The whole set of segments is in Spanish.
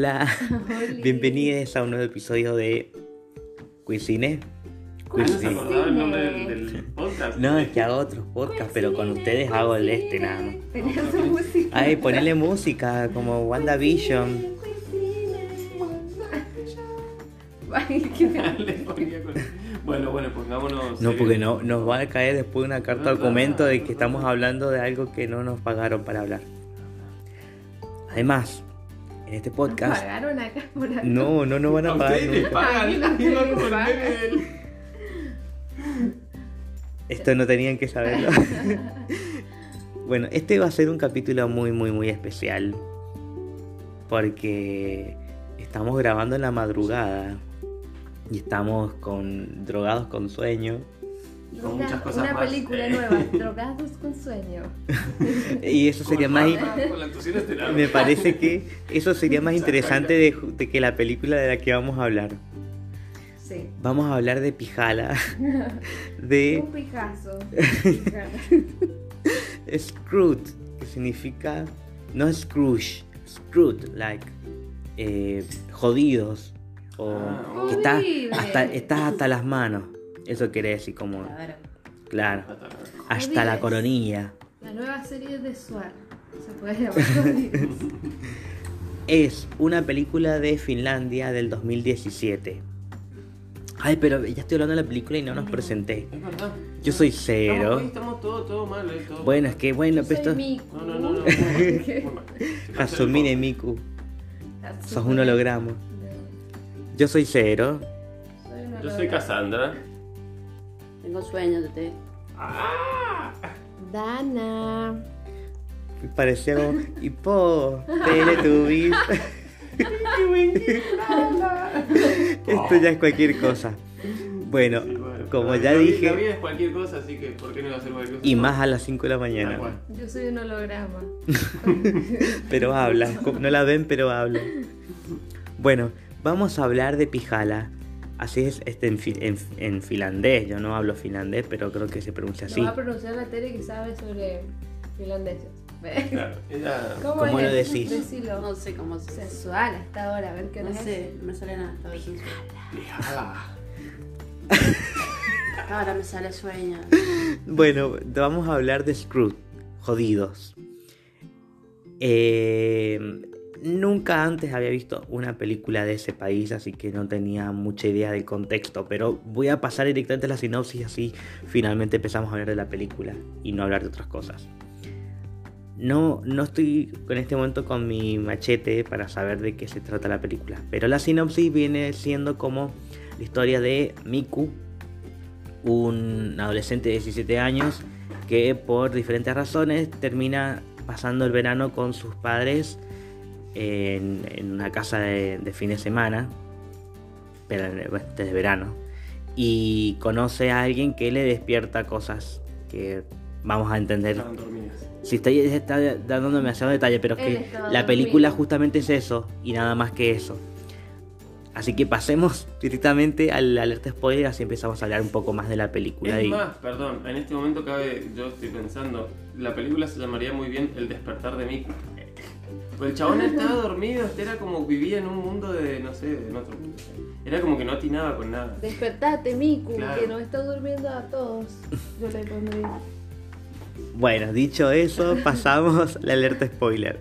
Hola, bienvenidos a un nuevo episodio de Cuisine. ¿No se acordaba el nombre del podcast? No, es que hago otros podcasts, pero con ustedes hago el nada más. Tenía su música. Ay, ponele música como WandaVision. Bueno, pongámonos. No, porque no nos va a caer después una carta documento de que estamos hablando de algo que no nos pagaron para hablar. Además, en este podcast. ¿Pagaron acá por algo? No van a pagar. Ustedes les nunca. pagan. Esto no tenían que saberlo. Bueno, este va a ser un capítulo muy especial. Porque estamos grabando en la madrugada. Y estamos drogados con sueño. Con muchas cosas una más. Película nueva, Drogados con sueño. Y eso sería más... Con la actuación estelar. Me parece que eso sería más interesante de que la película de la que vamos a hablar. Sí. Vamos a hablar de Pijala. De Un pijazo. Scrooge, que significa... No Scrooge, Scrooge, like... jodidos. O que estás hasta las manos. Eso quiere decir como... Claro. Hasta la coronilla. La nueva serie de Suar. Se puede llamar. Es una película de Finlandia del 2017. Ay, pero ya estoy hablando de la película y no nos presenté. Es verdad. Yo soy Cero. Estamos todo mal. Todo Bueno, es que bueno, pero esto... No. Hasumine Miku. Sos un holograma. Yo soy Cero. Yo soy Cassandra. Tengo sueño, Tete. Dana. Parecía como... Y po, Teletubbies. Esto ya es cualquier cosa. Bueno, como ya La dije... vida es cualquier cosa, así que ¿por qué no va a ser cualquier cosa? Y más a las 5 de la mañana. Tal cual. Yo soy un holograma. Pero habla. No la ven, pero habla. Bueno, vamos a hablar de Pijala. Así es en finlandés. Yo no hablo finlandés, pero creo que se pronuncia así. Lo va a pronunciar la Tere que sabe sobre finlandeses. Claro, ella... ¿Cómo lo decís? Decilo. No sé cómo se... Sensual hasta ahora, a ver qué No hora sé, no me sale nada. Ahora me sale sueño. Bueno, vamos a hablar de Scrooge. Jodidos. Nunca antes había visto una película de ese país, así que no tenía mucha idea del contexto, pero voy a pasar directamente a la sinopsis, así finalmente empezamos a hablar de la película y no hablar de otras cosas. No estoy en este momento con mi machete para saber de qué se trata la película, pero la sinopsis viene siendo como la historia de Miku, un adolescente de 17 años que por diferentes razones termina pasando el verano con sus padres en una casa de fin de semana, pero de verano, y conoce a alguien que le despierta cosas que vamos a entender. Estaban dormidas. Si está dando demasiado detalle, pero es Él que estaba la película dormido. justamente es eso y nada más que eso. Así que pasemos directamente al alerta spoiler, así empezamos a hablar un poco más de la película. Es más, perdón, en este momento yo estoy pensando, la película se llamaría muy bien El despertar de Miku. Pues el chabón estaba dormido, era como vivía en un mundo en otro mundo. Era como que no atinaba con nada. Despertate, Miku, Claro. que nos está durmiendo a todos. Yo le pondría. Bueno, dicho eso, pasamos la alerta spoiler.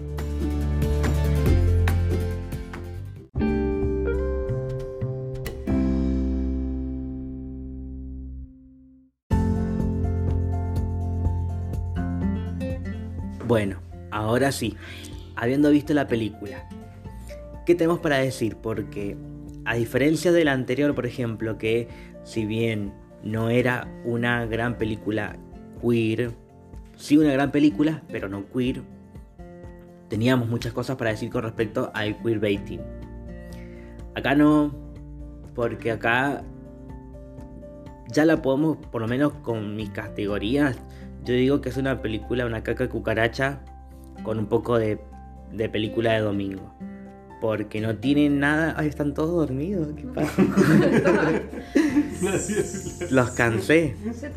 Bueno, ahora sí, habiendo visto la película, ¿qué tenemos para decir? Porque a diferencia de la anterior, por ejemplo, que si bien no era una gran película queer, sí una gran película, pero no queer, teníamos muchas cosas para decir con respecto al queerbaiting. Acá no, porque acá ya la podemos, por lo menos con mis categorías, yo digo que es una película, una caca de cucaracha con un poco de película de domingo. Porque no tienen nada... Ay, están todos dormidos, ¿qué pasa? Los cansé. Z.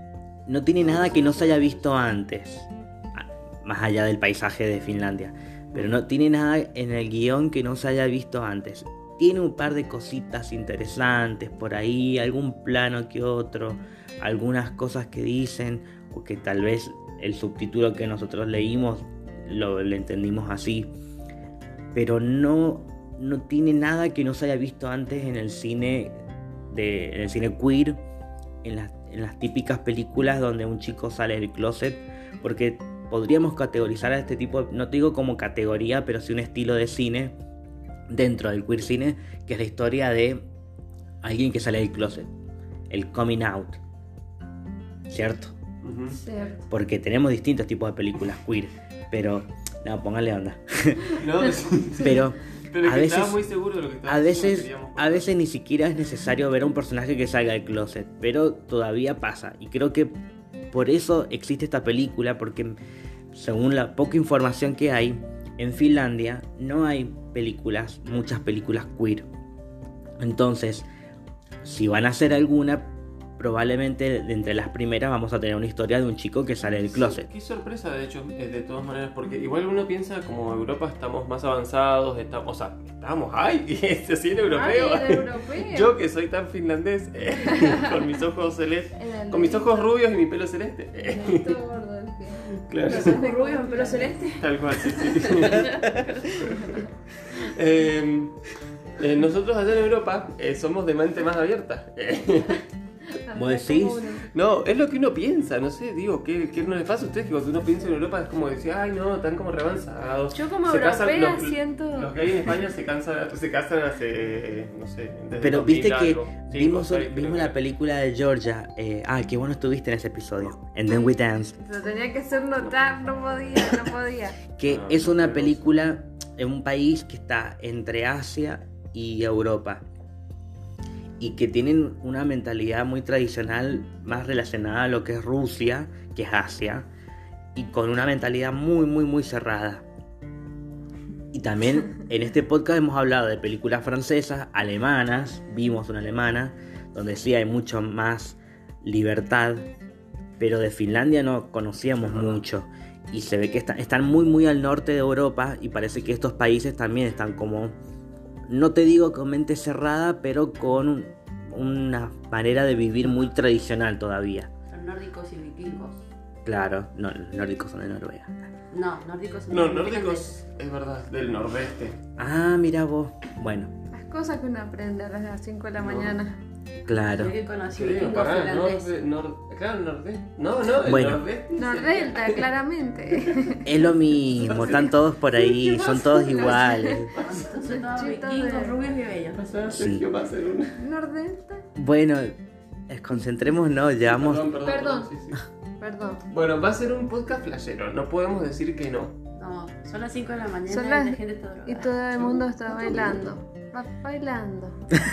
No tiene nada que no se haya visto antes, más allá del paisaje de Finlandia. pero no tiene nada en el guión que no se haya visto antes. Tiene un par de cositas interesantes por ahí, algún plano que otro, algunas cosas que dicen, o que tal vez el subtítulo que nosotros leímos lo entendimos así, pero no tiene nada que no se haya visto antes en el cine queer, en las típicas películas donde un chico sale del closet, porque podríamos categorizar a este tipo, no te digo como categoría, pero sí un estilo de cine dentro del queer cine, que es la historia de alguien que sale del closet, el coming out, ¿cierto? Ujú. Cierto. Porque tenemos distintos tipos de películas queer, pero no, póngale onda. No, sí. Pero Pero a que veces, estaba muy seguro de lo que estaba a diciendo, veces, queríamos a veces ni siquiera es necesario ver a un personaje que salga del closet, pero todavía pasa. Y creo que por eso existe esta película, porque según la poca información que hay, en Finlandia no hay muchas películas queer. Entonces, si van a hacer alguna, probablemente de entre las primeras vamos a tener una historia de un chico que sale del closet. Qué sorpresa, de hecho, de todas maneras, porque igual uno piensa como Europa estamos más avanzados, estamos, ¡ay! Así en europeo. Ay, el europeo. Yo que soy tan finlandés, con mis ojos celestes, con mis ojos rubios y mi pelo celeste. Todo gordo el que- Claro. Los ojos rubios en pelo celeste. Tal cual, sí, sí. Nosotros allá en Europa somos de mente más abierta. ¿Vos decís? No, es lo que uno piensa, no sé, digo, ¿qué no les pasa a ustedes? Que cuando uno piensa en Europa es como decir, ay no, están como reavanzados. Yo como Se casan- europea los- siento... Los gays en España se casan hace, no sé, desde Pero 2000 viste que algo, vimos 5, 6, la creo. película de Georgia. Qué bueno estuviste en ese episodio. And Then We Dance. Lo tenía que hacer notar, no podía. Que No, es no una podemos. película en un país que está entre Asia y Europa. Y que tienen una mentalidad muy tradicional, más relacionada a lo que es Rusia, que es Asia. Y con una mentalidad muy, muy, muy cerrada. Y también en este podcast hemos hablado de películas francesas, alemanas. Vimos una alemana, donde sí hay mucho más libertad. Pero de Finlandia no conocíamos mucho. Y se ve que están muy, muy al norte de Europa. Y parece que estos países también están como... No te digo con mente cerrada, pero con una manera de vivir muy tradicional todavía. Son nórdicos y vikingos. Claro, no, los nórdicos son de Noruega. No, nórdicos son No, de- nórdicos, es verdad, del nordeste. Ah, mira vos. Bueno, Las cosas que uno aprende a las 5 de la No. mañana. claro. Yo que conocí Creo, vikingos pará, finlandés. claro, nordeste. No, el Bueno. nordeste. Nordelta, claramente. Es lo mismo, están todos por ahí, son todos iguales. Son todos Chitos vikingos, de- rubios y bellos. O sea, Sí. Sergio va a hacer una. Nordelta. Bueno, concentrémonos, llevamos... Perdón. sí, sí. Perdón. Bueno, va a ser un podcast flashero, no podemos decir que no. No, son las 5 de la mañana Son y las- la gente está drogada. Y todo el mundo está bailando. Va bailando.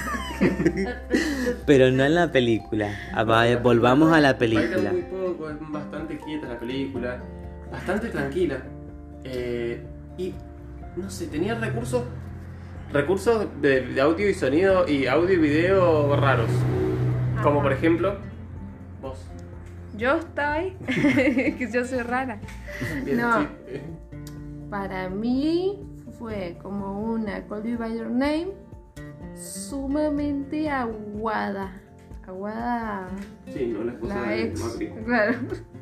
Pero no en la película. Volvamos a la Baila película. muy poco, es bastante quieta la película, bastante tranquila. Y no sé, tenía recursos de audio y sonido y audio y video raros. Como Ajá. por ejemplo, vos. Yo estoy. Que yo soy rara. Bien, No. sí. Para mí fue como una Call Me By Your Name sumamente aguada. Aguada. Sí, no la esposa La de ex. Macri. Claro.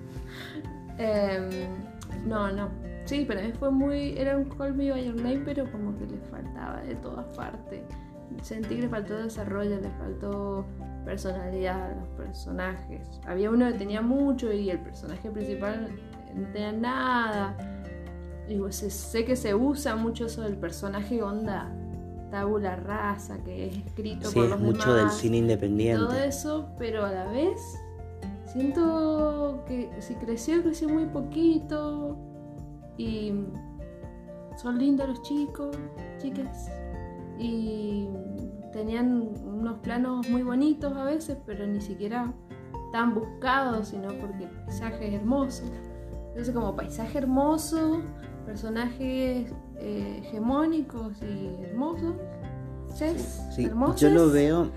No. Sí, para mí fue muy. Era un Call Me By Your Name, pero como que le faltaba de todas partes. Sentí que le faltó desarrollo, le faltó personalidad a los personajes. Había uno que tenía mucho y el personaje principal no tenía nada. Y pues, sé que se usa mucho eso del personaje onda tabula rasa, que es escrito Sí, por es los mucho del demás. cine Todo independiente. eso, pero a la vez siento que si creció muy poquito. Y son lindos los chicos, chicas. Y tenían unos planos muy bonitos a veces, pero ni siquiera tan buscados, sino porque el paisaje es hermoso. Entonces, como paisaje hermoso, personajes hegemónicos y hermosos, Sí, hermosos. yo lo veo.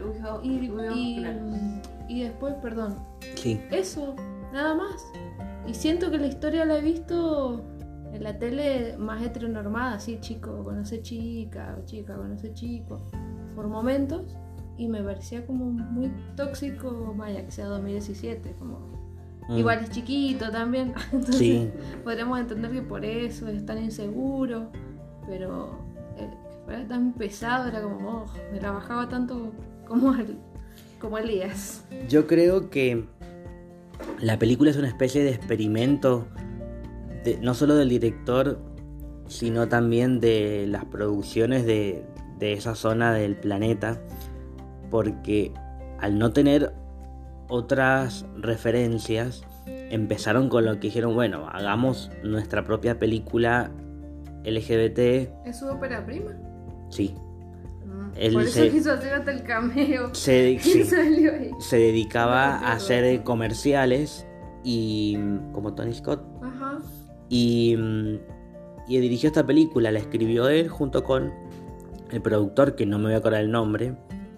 Y después, perdón, Sí, eso, nada más. Y siento que la historia la he visto en la tele más heteronormada, así chico conoce chica o chica conoce chico, por momentos, y me parecía como muy tóxico, vaya, que sea 2017, como igual es chiquito también, entonces Sí. podríamos entender que por eso es tan inseguro, pero que fuera tan pesado era como, me la bajaba tanto como Elías. Yo creo que la película es una especie de experimento, no solo del director, sino también de las producciones de esa zona del planeta, porque al no tener otras referencias, empezaron con lo que dijeron, bueno, hagamos nuestra propia película LGBT. ¿Es su ópera prima? Sí. Por eso quiso hacer hasta el cameo. Sí. Salió ahí. Se dedicaba a hacer comerciales y como Tony Scott. Ajá. Y dirigió esta película, la escribió él junto con el productor, que no me voy a acordar el nombre.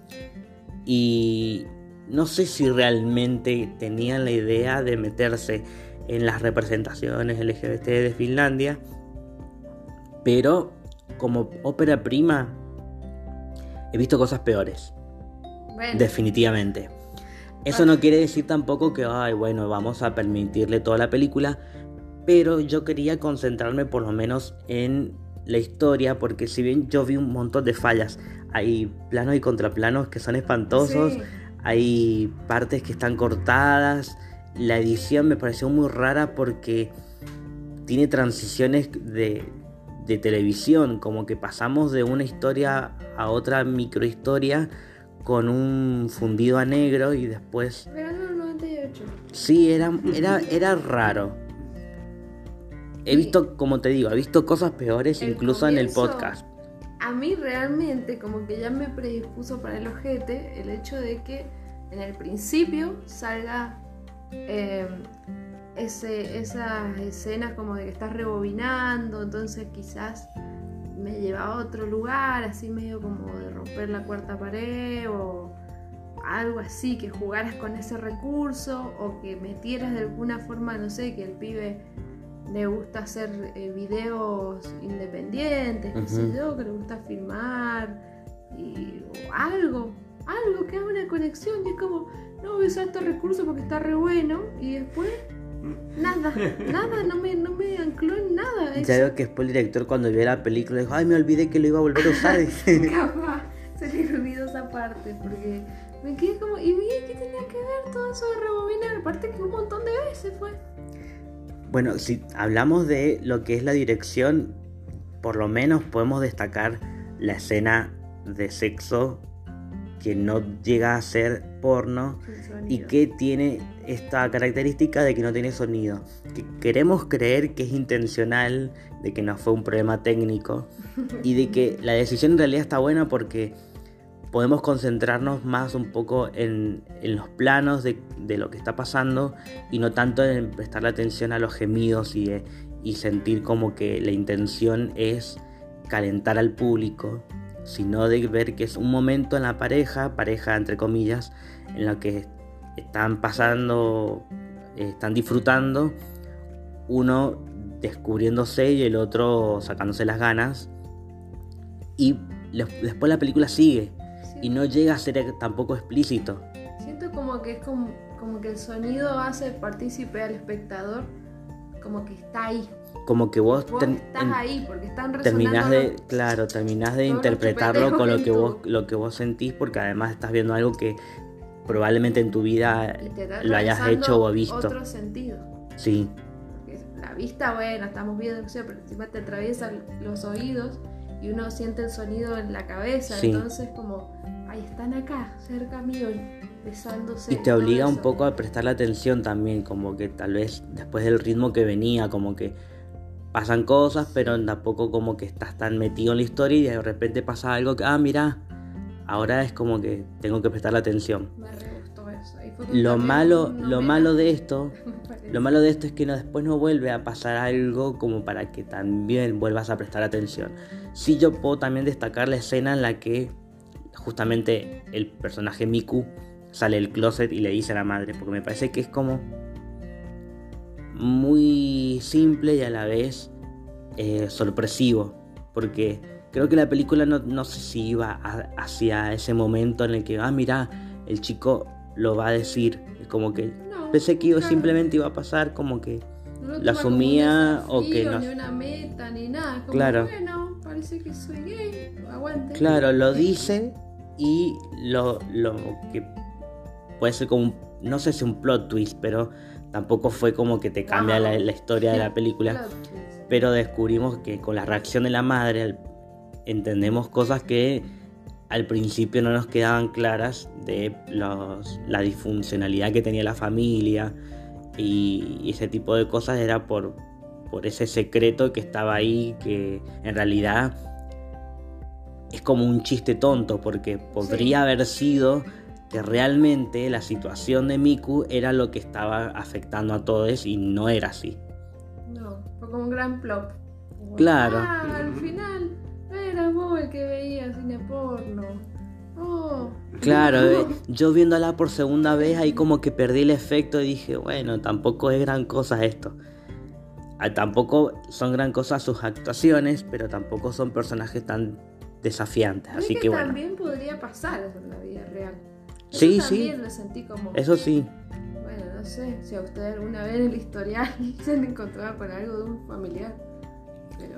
Y no sé si realmente tenían la idea de meterse en las representaciones LGBT de Finlandia, pero como ópera prima he visto cosas peores. Bueno. Definitivamente. Eso no quiere decir tampoco que, bueno, vamos a permitirle toda la película, pero yo quería concentrarme por lo menos en la historia, porque si bien yo vi un montón de fallas, hay planos y contraplanos que son espantosos, Sí. hay partes que están cortadas, la edición me pareció muy rara porque tiene transiciones de televisión, como que pasamos de una historia a otra microhistoria con un fundido a negro y después... Verano del 98. Sí, era raro. He visto, como te digo, he visto cosas peores El incluso en el comienzo, podcast. A mí realmente como que ya me predispuso para el ojete el hecho de que en el principio salga esas escenas como de que estás rebobinando, entonces quizás me lleva a otro lugar, así medio como de romper la cuarta pared o algo así, que jugaras con ese recurso o que metieras de alguna forma, no sé, que el pibe le gusta hacer videos independientes, qué sé yo, que le gusta filmar o algo que haga una conexión, y es como, no voy a usar este recurso porque está re bueno, y después nada, no me ancló en nada. Ya veo que después el director cuando vio la película dijo, me olvidé que lo iba a volver a usar. Capaz se le olvidó esa parte, porque me quedé como, ¿y bien qué tenía que ver todo eso de rebobinar? Aparte que un montón de veces fue. Bueno, si hablamos de lo que es la dirección, por lo menos podemos destacar la escena de sexo que no llega a ser porno y que tiene esta característica de que no tiene sonido. Que queremos creer que es intencional, de que no fue un problema técnico y de que la decisión en realidad está buena porque podemos concentrarnos más un poco en los planos de lo que está pasando y no tanto en prestarle atención a los gemidos y sentir como que la intención es calentar al público, sino de ver que es un momento en la pareja entre comillas, en la que están pasando, están disfrutando, uno descubriéndose y el otro sacándose las ganas, y después la película sigue y no llega a ser tampoco explícito. Siento como que es como que el sonido hace partícipe al espectador, como que está ahí. Como que vos estás ahí porque están resonando terminás de interpretarlo con lo que vos sentís, porque además estás viendo algo que probablemente en tu vida lo hayas hecho o visto. Otro sentido. Sí. Porque la vista, bueno, estamos viendo, pero encima te atraviesan los oídos y uno siente el sonido en la cabeza, sí. Entonces como, ahí están acá, cerca mío, besándose. Y te obliga un poco a prestarle atención también, como que tal vez después del ritmo que venía, como que pasan cosas, pero tampoco como que estás tan metido en la historia y de repente pasa algo que, mira, ahora es como que tengo que prestarle atención. Me re gustó eso. Lo malo de esto es que después no vuelve a pasar algo como para que también vuelvas a prestar atención. Sí, yo puedo también destacar la escena en la que justamente el personaje Miku sale del closet y le dice a la madre, porque me parece que es como muy simple y a la vez sorpresivo, porque creo que la película no sé si iba hacia ese momento en el que, mira, el chico lo va a decir, es como que No, pensé que claro. simplemente iba a pasar, como que No lo toma asumía como un o que desafío, no. ni una meta, ni nada. Como, Claro. bueno, parece que soy gay, aguante. Claro, lo dice y lo que puede ser como no sé si un plot twist, pero tampoco fue como que te cambia Wow. la historia de la película. Plot twist. Pero descubrimos que con la reacción de la madre entendemos cosas que al principio no nos quedaban claras de la disfuncionalidad que tenía la familia y ese tipo de cosas. Era por ese secreto que estaba ahí, que en realidad es como un chiste tonto, porque podría haber sido que realmente la situación de Miku era lo que estaba afectando a todos y no era así. No, fue como un gran plop. Como, Claro. al final no eras vos el que veía cine porno. Oh. Claro, yo viéndola por segunda vez ahí como que perdí el efecto y dije, bueno, tampoco es gran cosa esto. Tampoco son gran cosa sus actuaciones, pero tampoco son personajes tan desafiantes, Es así que bueno. también podría pasar eso en la vida real. Sí, Eso sí. también lo sentí como... Eso sí. Bueno, no sé si a usted alguna vez en el historial se han encontrado con algo de un familiar. Pero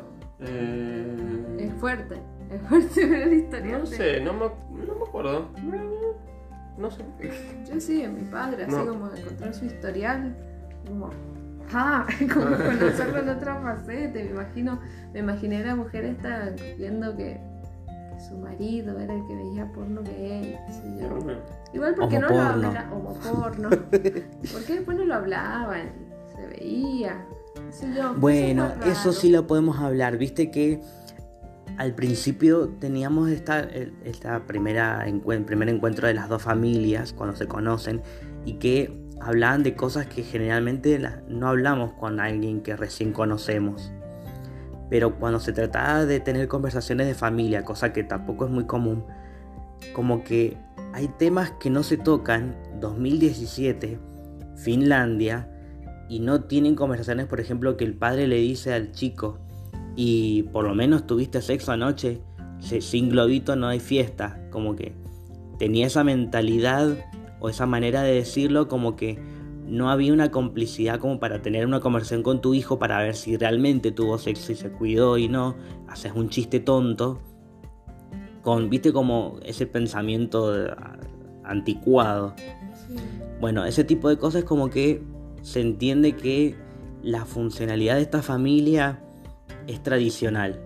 es fuerte ver el historial. No sé, no me acuerdo. No sé. Yo sí, en mi padre, así No. como encontrar su historial, como, como conocerlo en otra faceta. Me imaginé a la mujer esta viendo que su marido era el que veía porno gay, qué sé yo. Igual porque no lo Homoporno. hablaban, homoporno. ¿Por qué después no lo hablaban? Se veía, qué sé yo. Bueno, Cosas más eso raras. sí lo podemos hablar. Viste que al principio teníamos esta primer encuentro de las dos familias cuando se conocen y que hablaban de cosas que generalmente no hablamos con alguien que recién conocemos. Pero cuando se trataba de tener conversaciones de familia, cosa que tampoco es muy común, como que hay temas que no se tocan. 2017, Finlandia, y no tienen conversaciones, por ejemplo, que el padre le dice al chico, y por lo menos tuviste sexo anoche, sin globito no hay fiesta. Como que tenía esa mentalidad o esa manera de decirlo, como que no había una complicidad como para tener una conversación con tu hijo para ver si realmente tuvo sexo y se cuidó y no. Haces un chiste tonto viste, como ese pensamiento anticuado. Sí. Bueno, ese tipo de cosas, como que se entiende que la funcionalidad de esta familia es tradicional.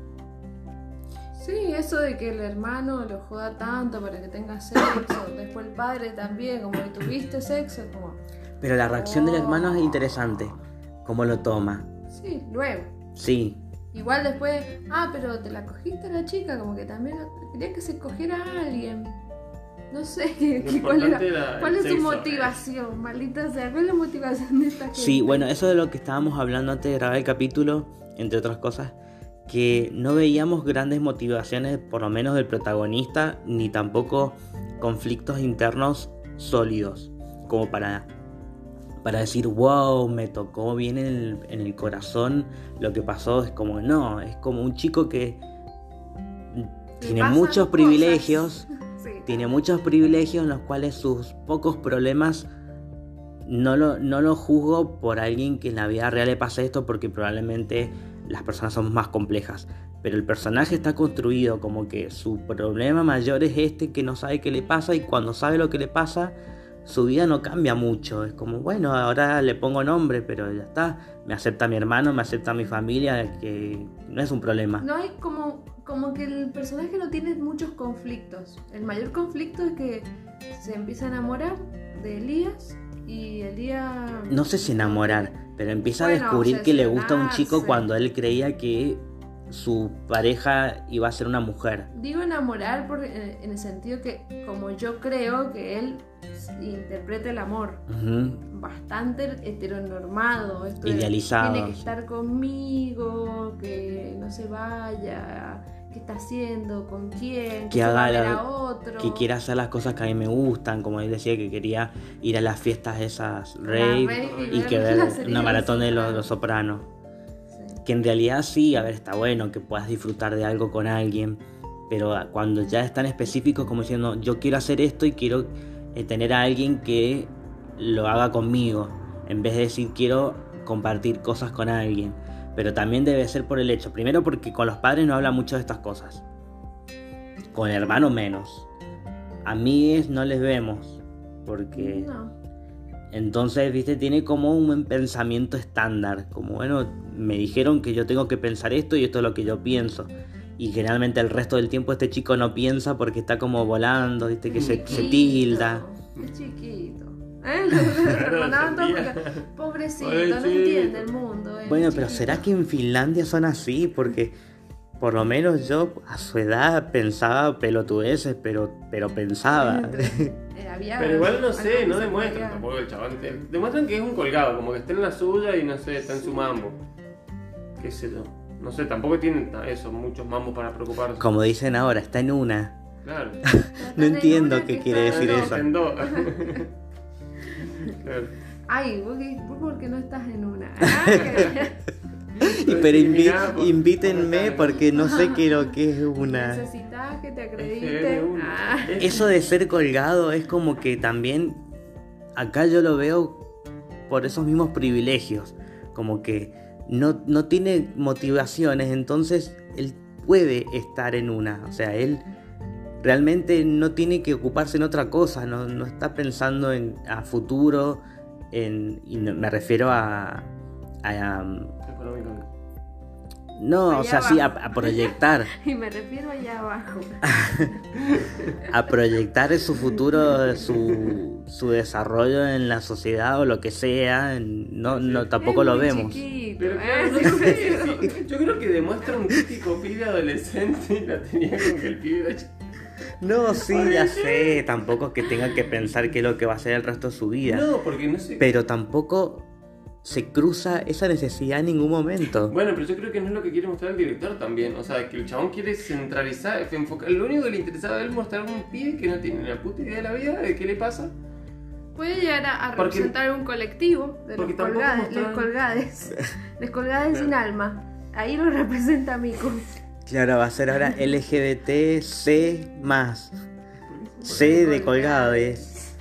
Sí, eso de que el hermano lo joda tanto para que tenga sexo, después el padre también, como que tuviste sexo, como... Pero la reacción del hermano es interesante, cómo lo toma. Sí, luego. Sí, Igual después, pero te la cogiste a la chica, como que también quería que se cogiera a alguien. No sé, ¿cuál es su sexo, motivación? Maldita sea, ¿cuál es la motivación de esta gente? sí, bueno, eso de lo que estábamos hablando antes de grabar el capítulo, entre otras cosas, que no veíamos grandes motivaciones, por lo menos del protagonista, ni tampoco conflictos internos sólidos, como para decir, wow, me tocó bien en el corazón lo que pasó. Es como, no, es como un chico que tiene pasan muchos cosas. privilegios, Sí. tiene muchos privilegios en los cuales sus pocos problemas no lo juzgo por alguien que en la vida real le pasa esto, porque probablemente las personas son más complejas. Pero el personaje está construido como que su problema mayor es este, que no sabe qué le pasa, y cuando sabe lo que le pasa, su vida no cambia mucho. Es como, bueno, ahora le pongo nombre, pero ya está. Me acepta mi hermano, me acepta mi familia, que no es un problema. No hay como que el personaje no tiene muchos conflictos. El mayor conflicto es que se empieza a enamorar de Elías y Elías... No sé si enamorar, pero empieza a Bueno, descubrir que le gusta a un chico obsesionarse. cuando él creía que su pareja iba a ser una mujer. Digo enamorar en el sentido que, como yo creo que él interpreta el amor, Ujú. bastante heteronormado, esto de, Idealizado, tiene que sí. estar conmigo, que no se vaya, qué está haciendo, con quién, Que se va a haga ver la- a otro, Que quiere hacer las cosas que a mí me gustan, como él decía, que quería ir a las fiestas esas La rave rave y ver que la ver serie una de maratón de Sopranos. los Sopranos. Sí. que en realidad sí, a ver, está bueno que puedas disfrutar de algo con alguien, pero cuando ya es tan específico como diciendo, yo quiero hacer esto y quiero tener a alguien que lo haga conmigo, en vez de decir quiero compartir cosas con alguien. Pero también debe ser por el hecho, primero porque con los padres no habla mucho de estas cosas, con el hermano menos, amigues no les vemos, porque No. entonces, viste, tiene como un pensamiento estándar, como bueno, me dijeron que yo tengo que pensar esto y esto es lo que yo pienso. Y generalmente el resto del tiempo este chico no piensa porque está como volando, viste, que se tilda. Es chiquito. Lo hermanaban todos porque, pobrecito, no entiende el mundo. Bueno, pero ¿será que en Finlandia son así? Porque por lo menos yo a su edad pensaba pelotudeces, pero pensaba. Pero igual no sé, no demuestran tampoco el chabón. Demuestran que es un colgado, como que está en la suya y no sé, está en su mambo. Qué sé yo. No sé, tampoco tienen eso, muchos mambos para preocuparse. Como dicen ahora, está en una. Claro. No entiendo qué quiere decir eso. En dos. Claro. Ay, vos porque no estás en una. Pero invítenme porque no sé qué es lo que es una. Necesitas que te acrediten. Eso de ser colgado es como que también acá yo lo veo por esos mismos privilegios, como que no tiene motivaciones, entonces él puede estar en una, o sea, él realmente no tiene que ocuparse en otra cosa, no está pensando a futuro, y me refiero a Económicamente. no, Allá o sea, sí, abajo. a proyectar. Y me refiero allá abajo. A proyectar en su futuro, su desarrollo en la sociedad o lo que sea. No tampoco Es lo muy vemos. chiquito, Pero claro, no sé, sí. Yo creo que demuestra un típico pibe adolescente y la tenía con que el pibe era chico. No, sí, ya sé. Tampoco es que tenga que pensar qué es lo que va a hacer el resto de su vida. No, porque no sé. Pero tampoco se cruza esa necesidad en ningún momento. Bueno, pero yo creo que no es lo que quiere mostrar el director también. O sea, que el chabón quiere centralizar, enfocar. Lo único que le interesaba a él mostrar a un pibe que no tiene ni la puta idea de la vida, de qué le pasa. Puede llegar a Porque- representar un colectivo de los porque tampoco colgades, mostraron- les colgades. Les colgades sin alma. Ahí lo representa Miku. Claro, va a ser ahora LGBT C+. C de colgades.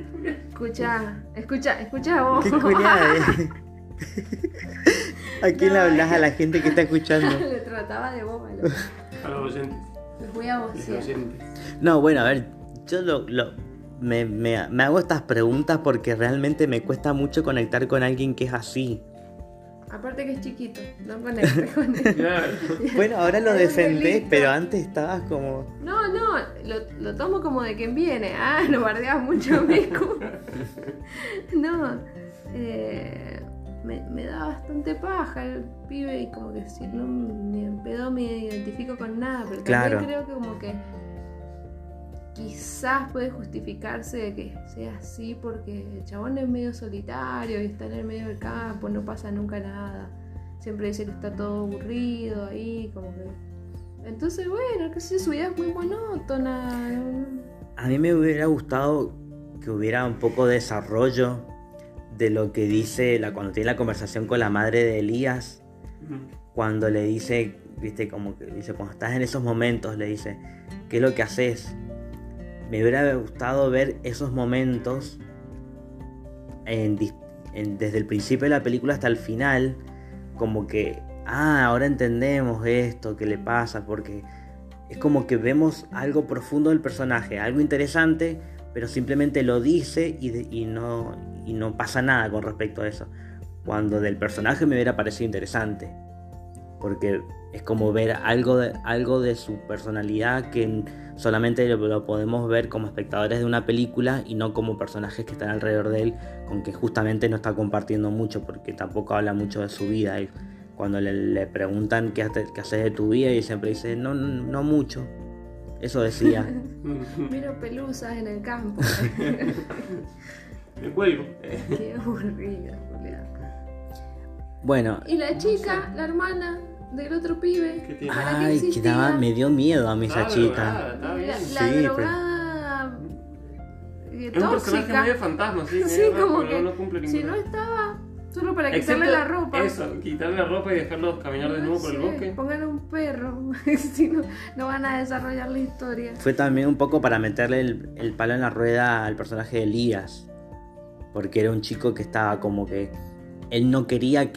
Escucha vos. ¿Qué culiades? ¿A quién le hablas? A la gente que está escuchando. Le trataba de boba. A los oyentes. Les voy a Los vocear. oyentes. No, bueno, a ver, yo me hago estas preguntas porque realmente me cuesta mucho conectar con alguien que es así. Aparte que es chiquito, no conecta con él. Claro. Bueno, ahora lo Es un defendés, delito. pero antes estabas como... No, lo tomo como de quien viene. Lo bardeas mucho, Miku. No, me da bastante paja el pibe y como que si no ni en pedo me identifico con nada, pero Claro. también creo que como que quizás puede justificarse de que sea así porque el chabón es medio solitario y está en el medio del campo, no pasa nunca nada. Siempre dice que está todo aburrido ahí, como que... Entonces, bueno, que sé, su vida es muy monótona. A mí me hubiera gustado que hubiera un poco de desarrollo de lo que dice cuando tiene la conversación con la madre de Elías, cuando le dice, viste, como que dice, cuando estás en esos momentos, le dice, ¿qué es lo que haces? Me hubiera gustado ver esos momentos desde el principio de la película hasta el final, como que, ahora entendemos esto, qué le pasa, porque es como que vemos algo profundo del personaje, algo interesante, pero simplemente lo dice y no pasa nada con respecto a eso. Cuando del personaje me hubiera parecido interesante, porque es como ver algo de su personalidad que solamente lo podemos ver como espectadores de una película y no como personajes que están alrededor de él, con que justamente no está compartiendo mucho porque tampoco habla mucho de su vida. Y cuando le preguntan qué haces de tu vida, y siempre dice no mucho. Eso decía. Miro pelusas en el campo. Me cuelgo. Qué aburrido, Julián. Bueno, Y la chica, la hermana del otro pibe. ¿Qué tiene? ¿Para qué ay, existía? me dio miedo a mí esa Está chica. drogada, está bien. La Sí, drogada Es un personaje tóxica. medio fantasma, sí. Sí, medio raro, como porque que no cumple si ninguna. no estaba, Solo para quitarle la ropa. Eso, quitarle la ropa y dejarlos caminar desnudos por el bosque. Pongan un perro, si no, no van a desarrollar la historia. Fue también un poco para meterle el palo en la rueda al personaje de Elías. Porque era un chico que estaba como que... Él no quería,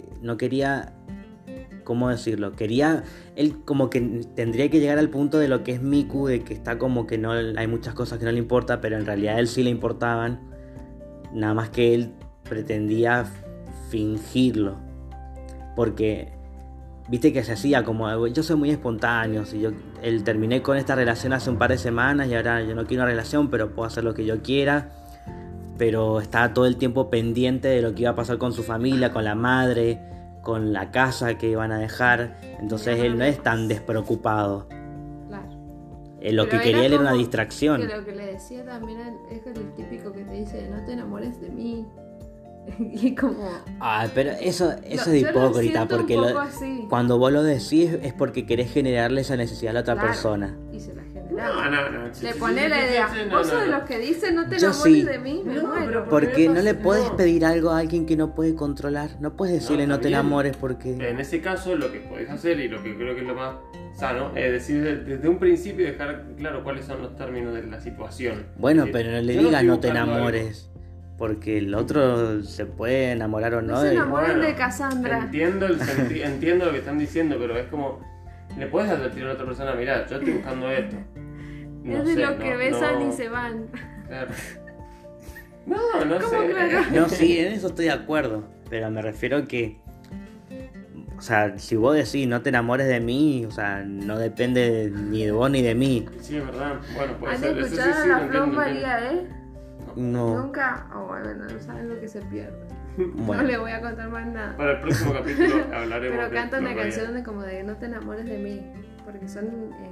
¿cómo decirlo? Él como que tendría que llegar al punto de lo que es Miku, de que está como que no hay muchas cosas que no le importa, pero en realidad a él sí le importaban. Nada más que él pretendía fingirlo. Porque, viste que se hacía como, yo soy muy espontáneo, él terminé con esta relación hace un par de semanas y ahora yo no quiero una relación, pero puedo hacer lo que yo quiera. Pero estaba todo el tiempo pendiente de lo que iba a pasar con su familia, con la madre, con la casa que iban a dejar. Entonces él no es tan despreocupado. Claro. Lo que quería él era una distracción. Que lo que le decía también es el típico que te dice, no te enamores de mí. Y como... Pero eso es de hipócrita, porque cuando vos lo decís es porque querés generarle esa necesidad a la otra persona. Y se la genera. No. Le pone la idea. Vos sos de los que dicen no te Yo enamores sí. de mí, me muero. Porque no le puedes pedir algo a alguien que no puede controlar. No puedes decirle no te enamores porque... En ese caso lo que podés hacer y lo que creo que es lo más sano es decir desde un principio dejar claro cuáles son los términos de la situación. Bueno, Es pero no decir, le yo digas estoy no te buscando enamores. Porque el otro se puede enamorar o no. No se de- enamoren de Cassandra. Entiendo lo que están diciendo, pero es como le puedes advertir a la otra persona, mirá, yo estoy buscando esto. Es de lo que besan y se van. Claro. No ¿Cómo sé. claro? No, sí, en eso estoy de acuerdo. Pero me refiero que... O sea, si vos decís no te enamores de mí, o sea, no depende ni de vos ni de mí. Sí, es verdad. Bueno, puede ¿Han ser. Eso escuchado sí, la lo Flor entiendo. María, No. Nunca. Bueno, no saben lo que se pierde. Bueno. No le voy a contar más nada. Para el próximo capítulo hablaremos. Pero de canta una Flor María. canción de como de no te enamores de mí. Porque son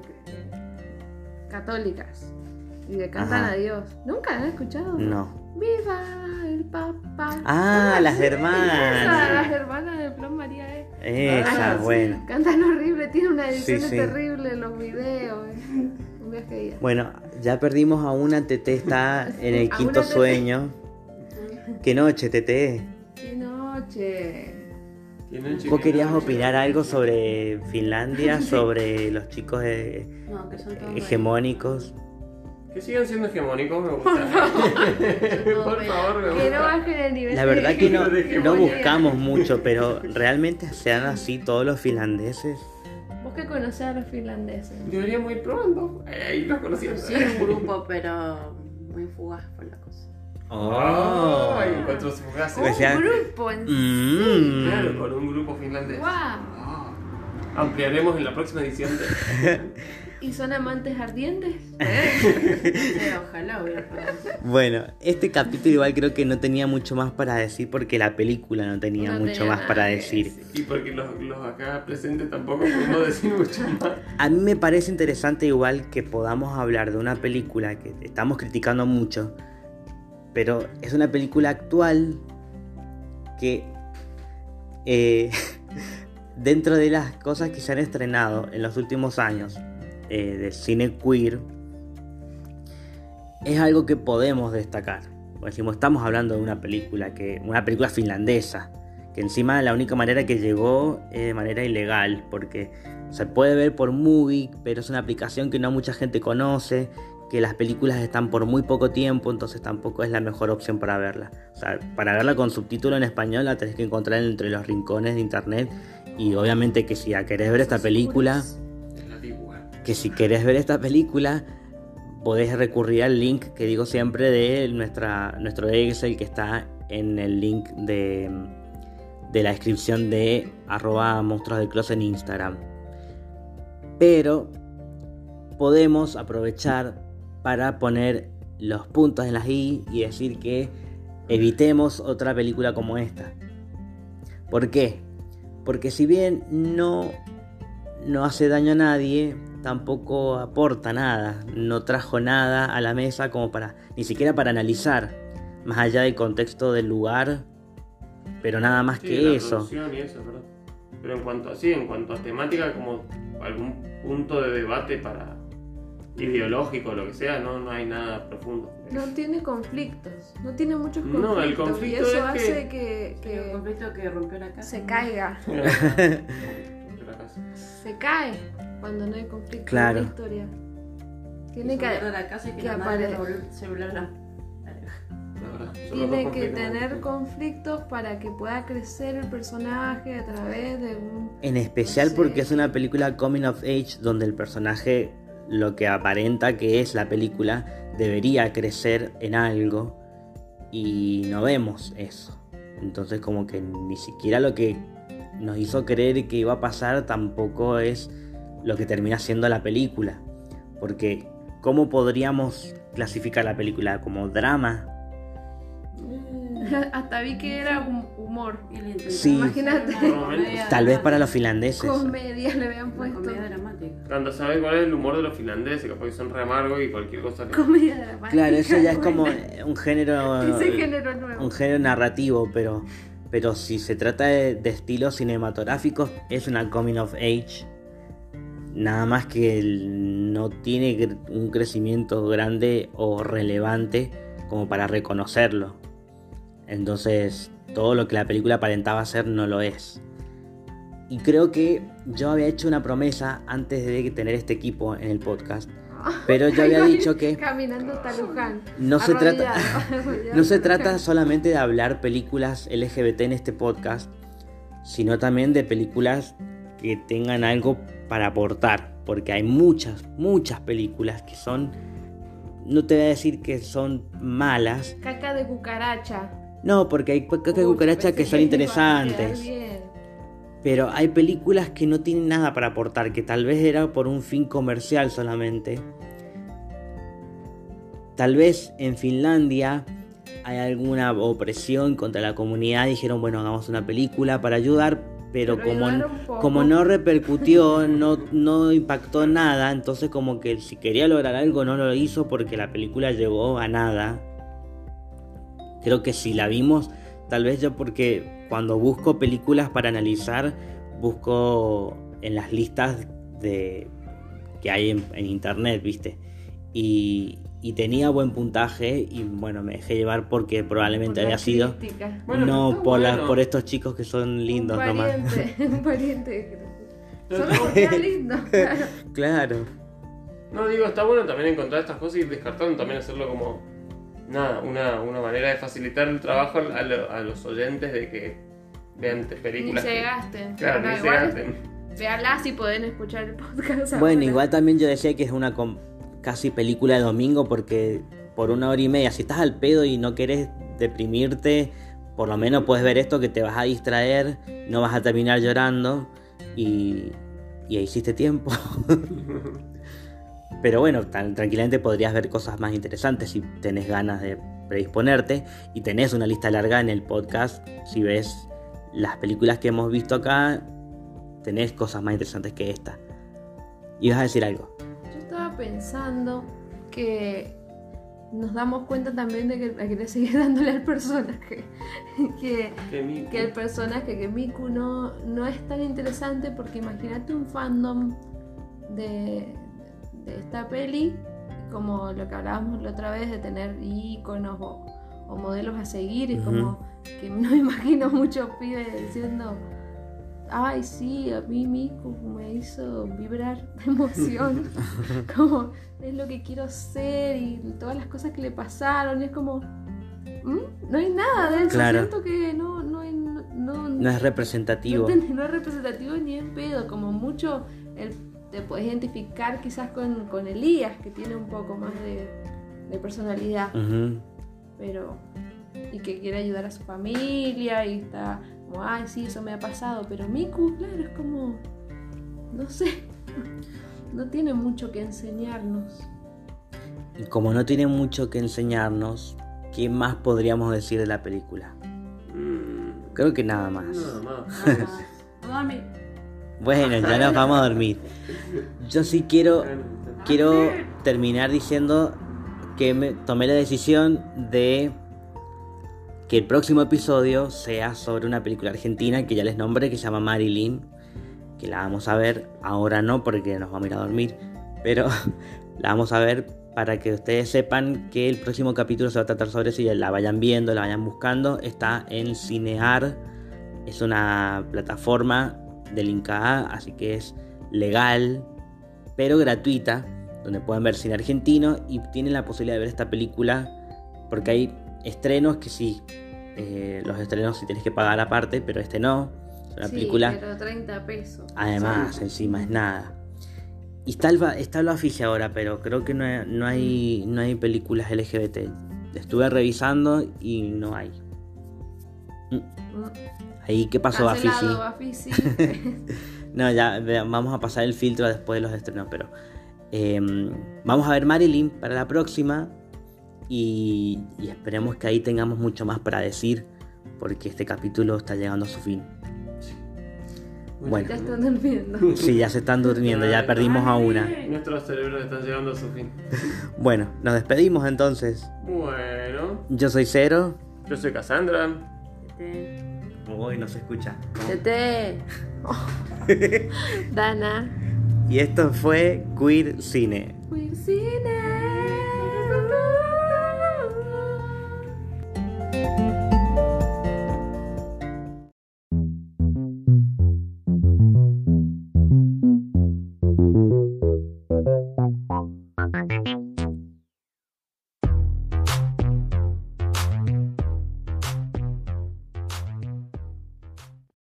católicas. Y le cantan Ajá. a Dios. ¿Nunca han escuchado? No. ¡Viva el Papa! Las Esa, hermanas. las hermanas de Flor María, Esa, sí. bueno. Cantan horrible, tiene una edición Sí, sí. terrible en los videos. Un viaje de ida. Bueno, ya perdimos a una, Tete está en el A quinto una Tete. sueño. ¿Qué noche, Tete? ¡Qué noche! ¿Vos querías opinar algo sobre Finlandia, sobre los chicos No, que son todos hegemónicos? Que sigan siendo hegemónicos, me gusta. Por favor, me Que no gusta. bajen el nivel. La verdad que no hegemonía. buscamos mucho, pero ¿realmente sean así todos los finlandeses? Vos que conocés a los finlandeses. Deberíamos ir probando. Ahí los conocíamos. Sí, un grupo, pero muy fugaz por la cosa. Ay, encuentros fugaces. O sea, Un grupo en sí. Claro, con un grupo finlandés. ¡Wow! Ampliaremos en la próxima edición de... ¿Y son amantes ardientes? Sí, ojalá hubiera probado. Bueno, este capítulo igual creo que no tenía mucho más para decir porque la película no tenía No mucho tenía más nada para que decir. Y porque los acá presentes tampoco podemos decir mucho más. A mí me parece interesante igual que podamos hablar de una película que estamos criticando mucho, pero es una película actual que dentro de las cosas que se han estrenado en los últimos años del cine queer, es algo que podemos destacar. Porque decimos, estamos hablando de una película finlandesa, que encima la única manera que llegó es de manera ilegal, porque se puede ver por Movie, pero es una aplicación que no mucha gente conoce, que las películas están por muy poco tiempo, entonces tampoco es la mejor opción para verla. O sea, para verla con subtítulo en español la tenés que encontrar entre los rincones de internet, y obviamente que si ya querés ver esta película, podés recurrir al link que digo siempre de nuestro Excel, que está en el link de la descripción de @monstruosdelcloset en Instagram. Pero podemos aprovechar para poner los puntos en las i y decir que evitemos otra película como esta. ¿Por qué? Porque si bien no hace daño a nadie, tampoco aporta nada, no trajo nada a la mesa como ni siquiera para analizar, más allá del contexto del lugar, pero nada más Sí, que la eso. producción y eso, ¿verdad? Pero en cuanto a temática, como algún punto de debate ideológico o lo que sea, no hay nada profundo. No tiene conflictos, no tiene muchos conflictos. No, el conflicto y eso es hace El que conflicto que rompió la casa. se caiga, De la casa. se cae cuando no hay conflicto Claro. en la historia. Tiene Hizo que, mierda la casa y que que la madre le apare- robó el celular a la La verdad, son los dos tiene que conflictos. tener conflictos para que pueda crecer el personaje a través de un... En especial Sí. porque es una película coming of age donde el personaje, lo que aparenta que es la película, debería crecer en algo y no vemos eso. Entonces como que ni siquiera lo que nos hizo creer que iba a pasar tampoco es lo que termina siendo la película. Porque ¿cómo podríamos clasificar la película? ¿Como drama? Hasta vi que era un humor. Y le intentó Sí. hacer Imagínate. una comedia Tal vez para los dramática. finlandeses. Comedia le habían Una puesto. comedia dramática. Cuando sabes cuál es el humor de los finlandeses, capaz que son re amargos y cualquier cosa que... Comedia dramática. Claro, eso ya es como bueno. un género... Ese género nuevo. un género narrativo, pero si se trata de estilos cinematográficos, es una coming of age. Nada más que no tiene un crecimiento grande o relevante como para reconocerlo. Entonces, todo lo que la película aparentaba ser no lo es. Y creo que yo había hecho una promesa antes de tener este equipo en el podcast. Pero yo había dicho que Caminando hasta Luján. no se trata, Arrodillado. no se trata solamente de hablar películas LGBT en este podcast, sino también de películas que tengan algo para aportar, porque hay muchas películas que son, no te voy a decir que son malas, Caca de cucaracha. no, porque hay caca de cucarachas que son interesantes, pero hay películas que no tienen nada para aportar, que tal vez era por un fin comercial solamente. Tal vez en Finlandia hay alguna opresión contra la comunidad, dijeron, bueno, hagamos una película para ayudar, pero ayudaron poco. como no repercutió, no impactó nada, entonces como que si quería lograr algo no lo hizo porque la película llegó a nada. Creo que si la vimos, tal vez yo porque cuando busco películas para analizar, busco en las listas que hay en internet, ¿viste? Y tenía buen puntaje y bueno, me dejé llevar porque probablemente Por la había sido... crítica. Bueno, no está por, bueno. por estos chicos que son lindos un nomás. pariente, un pariente. Pero Solo está- porque era lindo, claro. Claro. No, digo, está bueno también encontrar estas cosas y ir descartando, también hacerlo como... Nada, una manera de facilitar el trabajo a los oyentes de que vean Ni películas. se que- gasten. Claro, Bueno, ni se igual, gasten. véanlas y pueden escuchar el podcast. Bueno, ahora. igual también yo decía que es una casi película de domingo porque por 1 hora y media, si estás al pedo y no querés deprimirte, por lo menos puedes ver esto que te vas a distraer, no vas a terminar llorando y hiciste tiempo. Pero bueno, tranquilamente podrías ver cosas más interesantes si tenés ganas de predisponerte y tenés una lista larga en el podcast. Si ves las películas que hemos visto acá, tenés cosas más interesantes que esta. ¿Ibas a decir algo? Yo estaba pensando que nos damos cuenta también de que hay que seguir dándole al personaje. que el personaje, que Miku no es tan interesante porque imagínate un fandom de esta peli, como lo que hablábamos la otra vez de tener íconos o modelos a seguir, y como que no me imagino muchos pibes diciendo: ay, sí, a mí Miku me hizo vibrar de emoción, como es lo que quiero ser y todas las cosas que le pasaron, y es como no hay nada de eso. Claro. Siento que no es representativo. no es representativo ni en pedo, como mucho te puedes identificar quizás con Elías, que tiene un poco más de personalidad, Ujú. pero y que quiere ayudar a su familia y está como, ay, sí, eso me ha pasado, pero Miku, claro, es como, no sé, no tiene mucho que enseñarnos. Y como no tiene mucho que enseñarnos, ¿qué más podríamos decir de la película? Creo que nada más. Nada más. Nada más. No, a mí. Bueno, ya nos vamos a dormir. Yo sí quiero terminar diciendo que tomé la decisión de que el próximo episodio sea sobre una película argentina que ya les nombré, que se llama Marilyn, que la vamos a ver, ahora no porque nos vamos a ir a dormir, pero La vamos a ver para que ustedes sepan que el próximo capítulo se va a tratar sobre eso y la vayan viendo, la vayan buscando. Está en Cinear, es una plataforma del Inca, así que es legal, pero gratuita, donde pueden ver cine argentino y tienen la posibilidad de ver esta película, porque hay estrenos que sí, los estrenos sí tienes que pagar aparte, pero este no. Es una película, pero 30 pesos. además, encima es nada. Y está el afiche ahora, pero creo que no hay películas LGBT. Estuve revisando y no hay. Ahí, ¿qué pasó, Cancelado, Bafisi? Bafisi. No, ya vamos a pasar el filtro después de los estrenos, pero vamos a ver Marilyn para la próxima y esperemos que ahí tengamos mucho más para decir, porque este capítulo está llegando a su fin. Bueno, Ya están durmiendo. sí, ya se están durmiendo, ya perdimos a una. Nuestros cerebros están llegando a su fin. Bueno, nos despedimos entonces. Bueno, Yo soy Cero. yo soy Cassandra. Uy, no se escucha. Tete. Dana. Y esto fue Queer Cine. Queer Cine.